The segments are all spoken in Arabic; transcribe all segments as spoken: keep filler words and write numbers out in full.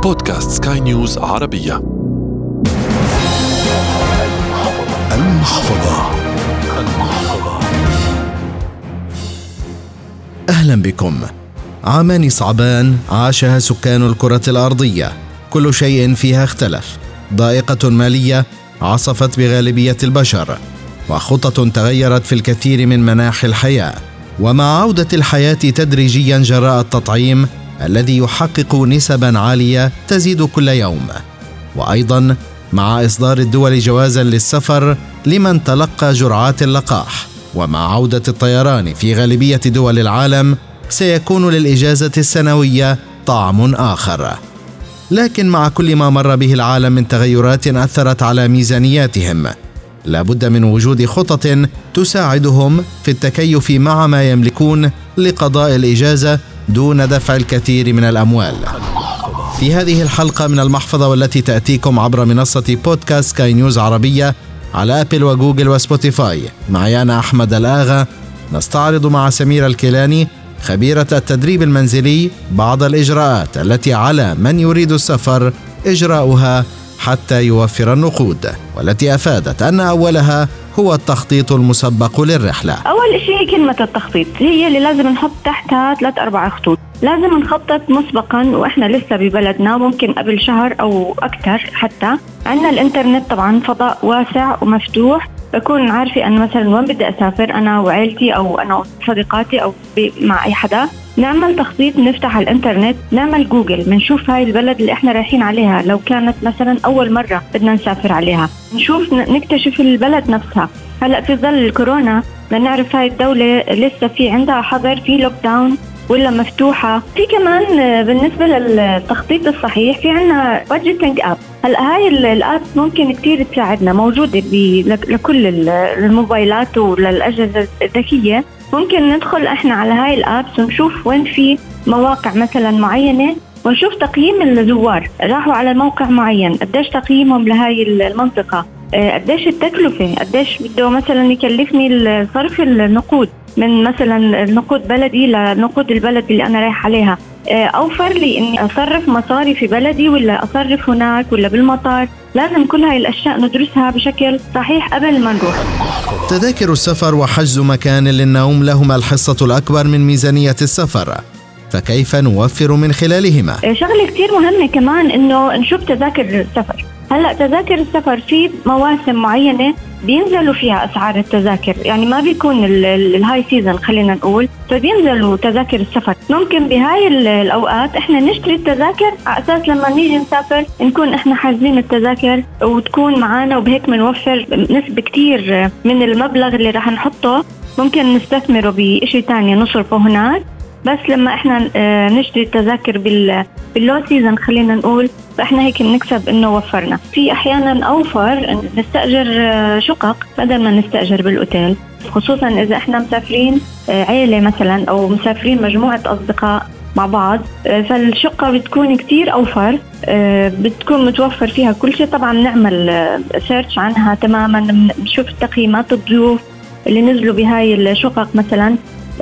بودكاست سكاي نيوز عربية. المحفظة. المحفظة. أهلا بكم. عامان صعبان عاشها سكان الكرة الأرضية، كل شيء فيها اختلف. ضائقة مالية عصفت بغالبية البشر، وخطط تغيرت في الكثير من مناحي الحياة. ومع عودة الحياة تدريجيا جراء التطعيم الذي يحقق نسبا عالية تزيد كل يوم، وأيضا مع إصدار الدول جوازا للسفر لمن تلقى جرعات اللقاح، ومع عودة الطيران في غالبية دول العالم سيكون للإجازة السنوية طعم آخر. لكن مع كل ما مر به العالم من تغيرات أثرت على ميزانياتهم، لابد من وجود خطط تساعدهم في التكيف مع ما يملكون لقضاء الإجازة دون دفع الكثير من الأموال. في هذه الحلقة من المحفظة، والتي تأتيكم عبر منصة بودكاست سكاي نيوز عربية على أبل وجوجل وسبوتيفاي، معي أنا أحمد الآغا، نستعرض مع سميرة الكيلاني خبيرة التدريب المنزلي بعض الإجراءات التي على من يريد السفر إجراؤها حتى يوفر النقود، والتي أفادت أن أولها هو التخطيط المسبق للرحلة. أول شيء كلمة التخطيط هي اللي لازم نحط تحتها ثلاث أربع خطوط. لازم نخطط مسبقا وإحنا لسه ببلدنا، ممكن قبل شهر أو أكثر. حتى عندنا الإنترنت طبعا فضاء واسع ومفتوح، بكون عارفة أن مثلا وين بدي أسافر أنا وعائلتي أو أنا وصديقاتي أو مع أي حدا. نعمل تخطيط، نفتح الإنترنت، نعمل جوجل، منشوف هاي البلد اللي إحنا رايحين عليها لو كانت مثلا أول مرة بدنا نسافر عليها، نشوف نكتشف البلد نفسها. هلأ في ظل الكورونا لنعرف هاي الدولة لسه في عندها حظر، في لوك داون ولا مفتوحة. في كمان بالنسبة للتخطيط الصحيح في عنا بادجيتنج اب. هلأ هاي الاب ممكن كتير تساعدنا، موجودة لكل الموبايلات وللأجهزة الذكية. ممكن ندخل احنا على هاي الاب ونشوف وين في مواقع مثلا معينة، ونشوف تقييم الزوار راحوا على موقع معين، قديش تقييمهم لهاي المنطقة، قديش التكلفة، قديش بده مثلا يكلفني صرف النقود من مثلا النقود بلدي لنقود البلد اللي أنا رايح عليها. أوفر لي إني أصرف مصاري في بلدي ولا أصرف هناك ولا بالمطار. لازم كل هاي الأشياء ندرسها بشكل صحيح قبل ما نروح. تذاكر السفر وحجز مكان للنوم لهما الحصة الأكبر من ميزانية السفر، فكيف نوفر من خلالهما؟ شغلة كتير مهمة كمان إنه نشوف تذاكر السفر. هلأ تذاكر السفر في مواسم معينة بينزلوا فيها أسعار التذاكر، يعني ما بيكون الهاي سيزن خلينا نقول، فبينزلوا تذاكر السفر. ممكن بهاي الأوقات إحنا نشتري التذاكر على أساس لما نيجي نسافر نكون إحنا حاجزين التذاكر وتكون معانا، وبهيك منوفر نسبة كتير من المبلغ اللي راح نحطه. ممكن نستثمره بإشي تاني نصرفه هناك، بس لما احنا نشتري التذاكر باللو سيزن خلينا نقول، فاحنا هيك بنكسب انه وفرنا. في احيانا اوفر نستأجر شقق بدل ما نستأجر بالاوتيل، خصوصا اذا احنا مسافرين عيلة مثلا او مسافرين مجموعة اصدقاء مع بعض، فالشقة بتكون كتير اوفر، بتكون متوفر فيها كل شيء. طبعا نعمل سيرش عنها تماما، نشوف تقييمات الضيوف اللي نزلوا بهاي الشقق مثلا،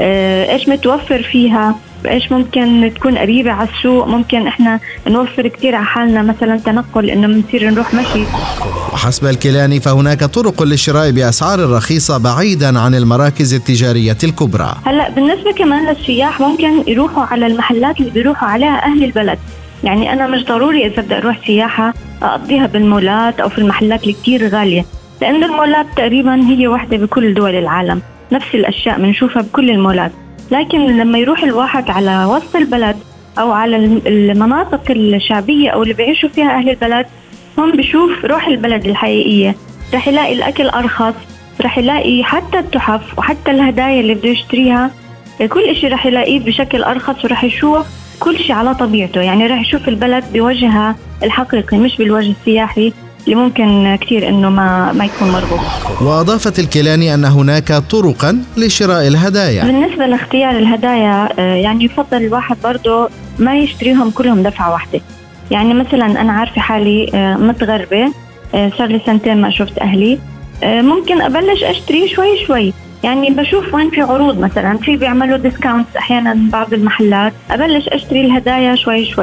ايش متوفر فيها، ايش ممكن تكون قريبة على السوق. ممكن احنا نوفر كتير على حالنا مثلا تنقل، انه بنصير نروح مشي. وحسب الكيلاني فهناك طرق للشراء بأسعار رخيصة بعيدا عن المراكز التجارية الكبرى. هلأ بالنسبة كمان للسياح ممكن يروحوا على المحلات اللي بيروحوا عليها أهل البلد. يعني أنا مش ضروري إذا بدي أروح سياحة أقضيها بالمولات أو في المحلات اللي كتير غالية، لأن المولات تقريبا هي واحدة بكل دول العالم، نفس الأشياء بنشوفها بكل المولات. لكن لما يروح الواحد على وسط البلد أو على المناطق الشعبية أو اللي بيعيشوا فيها أهل البلد، هم بيشوف روح البلد الحقيقية. رح يلاقي الأكل أرخص، رح يلاقي حتى التحف وحتى الهدايا اللي بده يشتريها، كل إشي رح يلاقيه بشكل أرخص، ورح يشوف كل شيء على طبيعته. يعني رح يشوف البلد بوجهها الحقيقي مش بالوجه السياحي اللي ممكن كتير إنه ما ما يكون مرغوب. وأضافت الكيلاني أن هناك طرقا لشراء الهدايا. بالنسبة لاختيار الهدايا يعني يفضل الواحد برضو ما يشتريهم كلهم دفعة واحدة. يعني مثلا أنا عارفة حالي متغربة، صار لي سنتين ما شفت أهلي، ممكن أبلش أشتري شوي شوي. يعني بشوف وين في عروض، مثلا في بيعملوا ديسكاونت أحيانا بعض المحلات، أبلش أشتري الهدايا شوي شوي.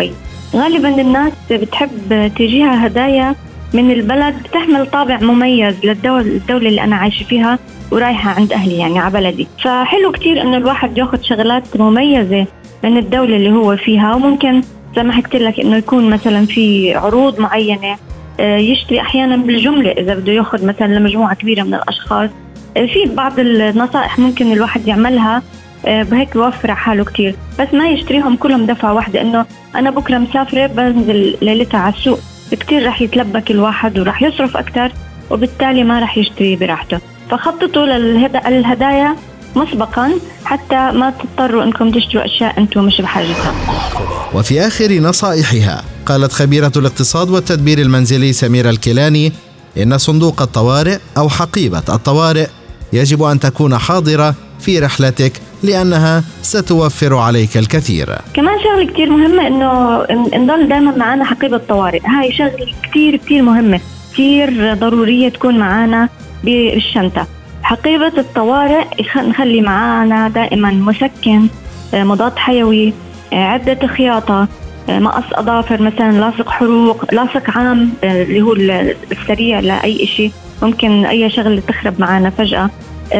غالبا الناس بتحب تجيها هدايا من البلد تحمل طابع مميز للدولة الدولة اللي أنا عايشة فيها ورايحة عند أهلي، يعني على بلدي. فحلو كتير إنه الواحد ياخد شغلات مميزة من الدولة اللي هو فيها، وممكن زي ما حكيت لك إنه يكون مثلا في عروض معينة، يشتري أحيانا بالجملة إذا بده ياخد مثلا لمجموعة كبيرة من الأشخاص. في بعض النصائح ممكن الواحد يعملها بهيك يوفر حاله كتير، بس ما يشتريهم كلهم دفعة واحدة. إنه أنا بكرة مسافرة بنزل ليلتها على السوق، كتير رح يتلبك الواحد ورح يصرف أكتر، وبالتالي ما رح يشتري براحته. فخططوا للهدايا مسبقا حتى ما تضطروا أنكم تشتروا أشياء أنتم مش بحاجتها. وفي آخر نصائحها قالت خبيرة الاقتصاد والتدبير المنزلي سميرة الكيلاني إن صندوق الطوارئ أو حقيبة الطوارئ يجب أن تكون حاضرة في رحلتك لأنها ستوفر عليك الكثير. كمان شغلة كتير مهمة إنه نضل دائما معنا حقيبة طوارئ. هاي شغلة كتير كتير مهمة، كتير ضرورية تكون معنا بالشنطة. حقيبة الطوارئ نخلي معنا دائما مسكن، مضاد حيوي، عدة خياطة، مقص أظافر مثلا، لاصق حروق، لاصق عام اللي هو السريع لأي إشي ممكن أي شغلة تخرب معنا فجأة.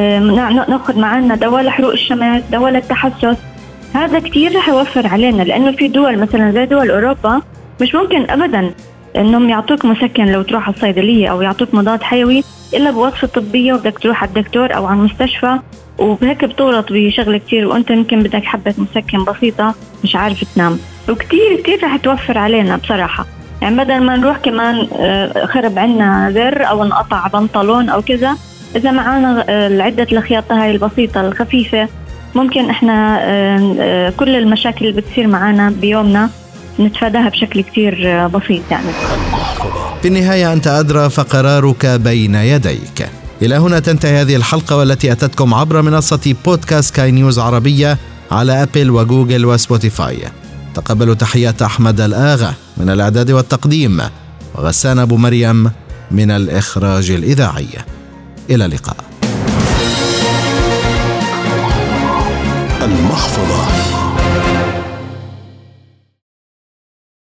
نأخذ معنا دواء لحروق الشمس، دواء للتحسس. هذا كتير رح يوفر علينا، لأنه في دول مثلا زي دول أوروبا مش ممكن أبدا إنهم يعطوك مسكن لو تروح على الصيدلية أو يعطوك مضاد حيوي إلا بوصفة طبية، وبدك تروح على الدكتور أو على المستشفى، وبهيك بتورط بشغلة كتير، وأنت يمكن بدك حبة مسكن بسيطة مش عارف تنام. وكتير كتير رح توفر علينا بصراحة. يعني بدل ما نروح كمان خرب عنا زر أو انقطع بنطلون أو كذا، إذا معانا العدة الخياطة هاي البسيطة الخفيفة ممكن إحنا كل المشاكل اللي بتصير معانا بيومنا نتفاداها بشكل كتير بسيط. يعني في النهاية أنت أدرى فقرارك بين يديك. إلى هنا تنتهي هذه الحلقة، والتي أتتكم عبر منصة بودكاست سكاي نيوز عربية على أبل وجوجل وسبوتيفاي. تقبلوا تحيات أحمد الآغا من الإعداد والتقديم، وغسان أبو مريم من الإخراج الإذاعي. إلى اللقاء. المحفظة.